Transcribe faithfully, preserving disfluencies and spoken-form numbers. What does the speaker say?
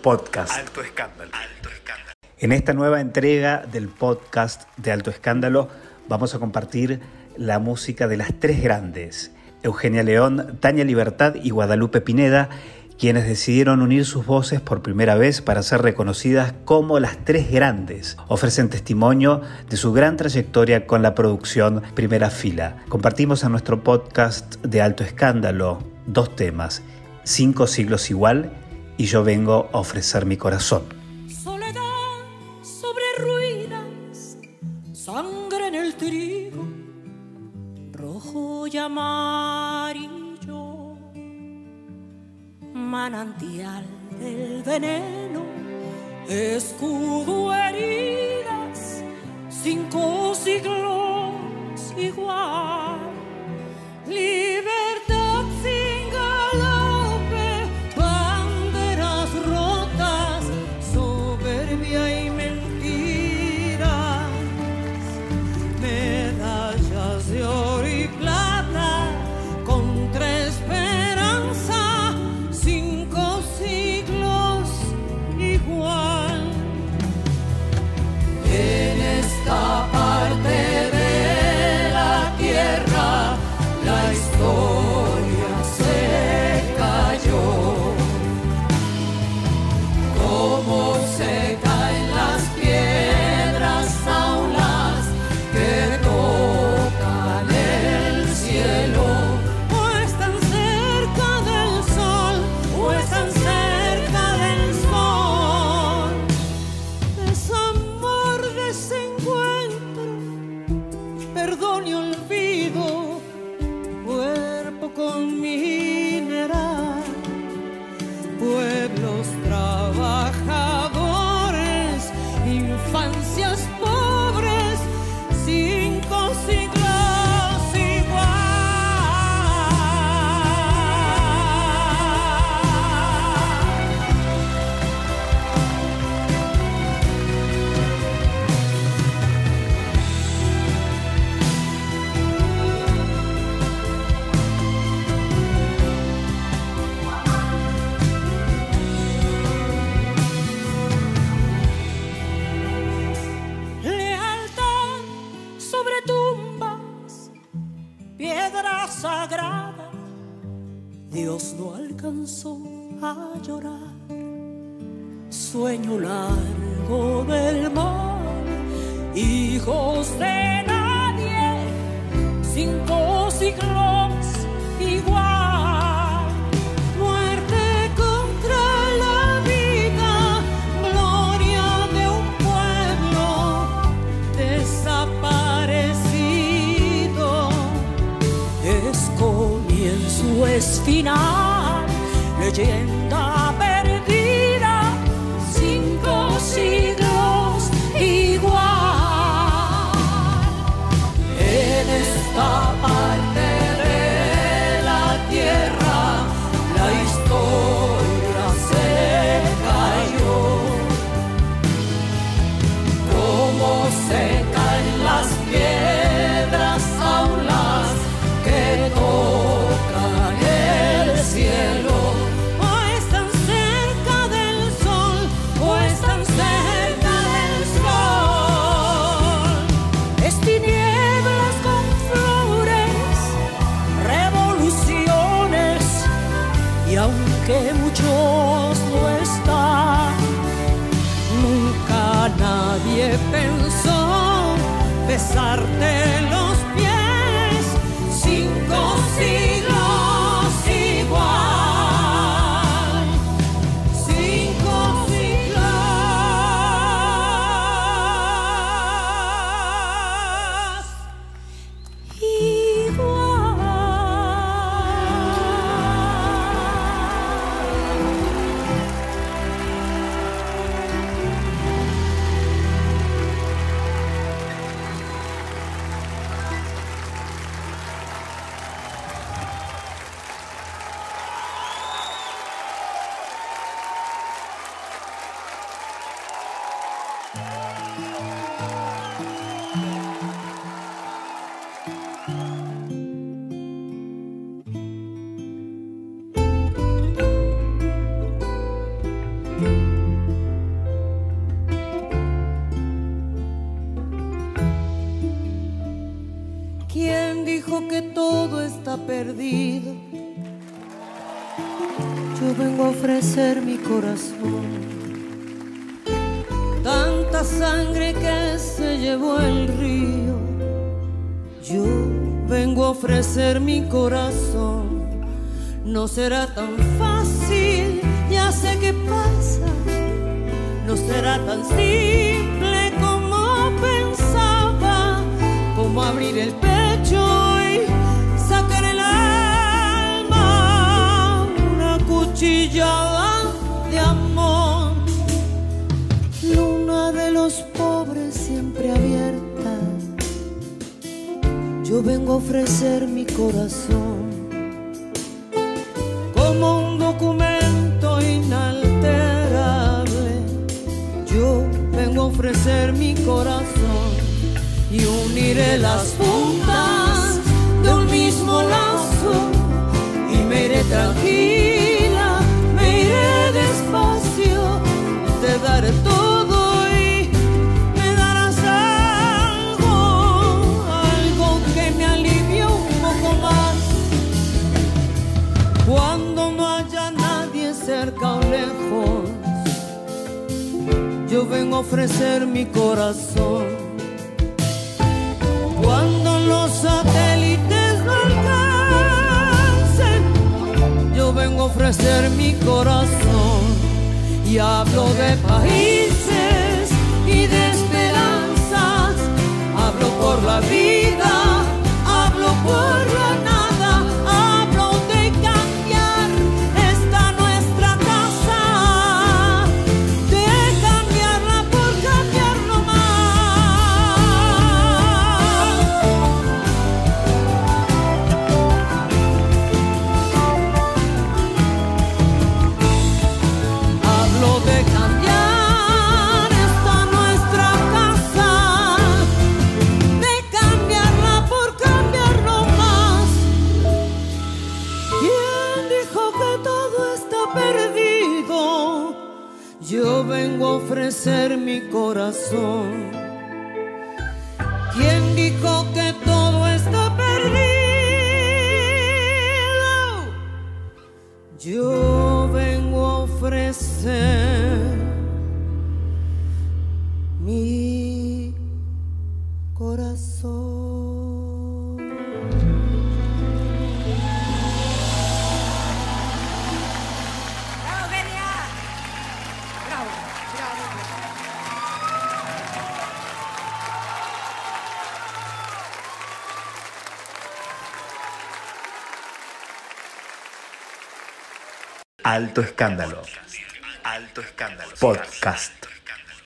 podcast. Alto Escándalo. Alto Escándalo. En esta nueva entrega del podcast de Alto Escándalo vamos a compartir la música de las tres grandes, Eugenia León, Tania Libertad y Guadalupe Pineda, quienes decidieron unir sus voces por primera vez para ser reconocidas como las tres grandes. Ofrecen testimonio de su gran trayectoria con la producción Primera Fila. Compartimos en nuestro podcast de Alto Escándalo dos temas, Cinco siglos igual y Yo vengo a ofrecer mi corazón. Soledad sobre ruinas, sangre en el trigo, rojo y amarillo, manantial del veneno, escudo, heridas, cinco siglos igual, libertad sin galope, banderas rotas, soberbia y mentiras, medallas de oro y plata contra esperanza, cinco siglos igual. En esta parte de la tierra la historia se cayó, como se caen las piedras aulas que tocan el cielo, o están cerca del sol, o están cerca del sol. Desamor, desencuentro, perdón y olvido, cuerpo con mineral, pueblos trabajadores, infancias pobres, cinco siglos igual. Lealtad sobre tumbas, piedra sagrada, Dios no alcanzó a llorar, sueño largo del mar, hijos de nadie, cinco siglos igual, muerte contra la vida, gloria de un pueblo desaparecido, es comienzo, es final, leyenda perdida, cinco siglos igual. En esta parte de la tierra la historia se cayó, como se caen las piedras aulas que tocan el cielo, o están cerca del sol, o están cerca del sol. Es tinieblas con flores, revoluciones, y aunque muchos no están, nunca nadie pensó besarte los pies, cinco siglos igual, cinco siglos igual. perdido. Yo vengo a ofrecer mi corazón. Tanta sangre que se llevó el río. Yo vengo a ofrecer mi corazón. No será tan fácil, ya sé qué pasa. No será tan simple como pensaba, como abrir el pecho y sacar el alma, una cuchillada de amor. Luna de los pobres siempre abierta, yo vengo a ofrecer mi corazón como un documento inalterable. Yo vengo a ofrecer mi corazón y uniré las puntas de un mismo lazo y me iré tranquila, me iré despacio, te daré todo y me darás algo, algo que me alivie un poco más. Cuando no haya nadie cerca o lejos, yo vengo a ofrecer mi corazón. Cuando los satélites no alcancen, yo vengo a ofrecer mi corazón. Y hablo de países y de esperanzas, hablo por la vida, hablo por la nada, hablo de cambiar esta nuestra casa, de cambiarla por cambiar no Hablo de cambiar esta nuestra casa, de cambiarla por cambiar no más. ¿Quién dijo que todo está perdido? Yo vengo a ofrecer mi corazón. ¿Quién dijo que todo está perdido? Yo vengo a ofrecer mi corazón. ¡Bravo, Kenia! ¡Bravo! ¡Bravo! Alto Escándalo. Alto Escándalo. Podcast.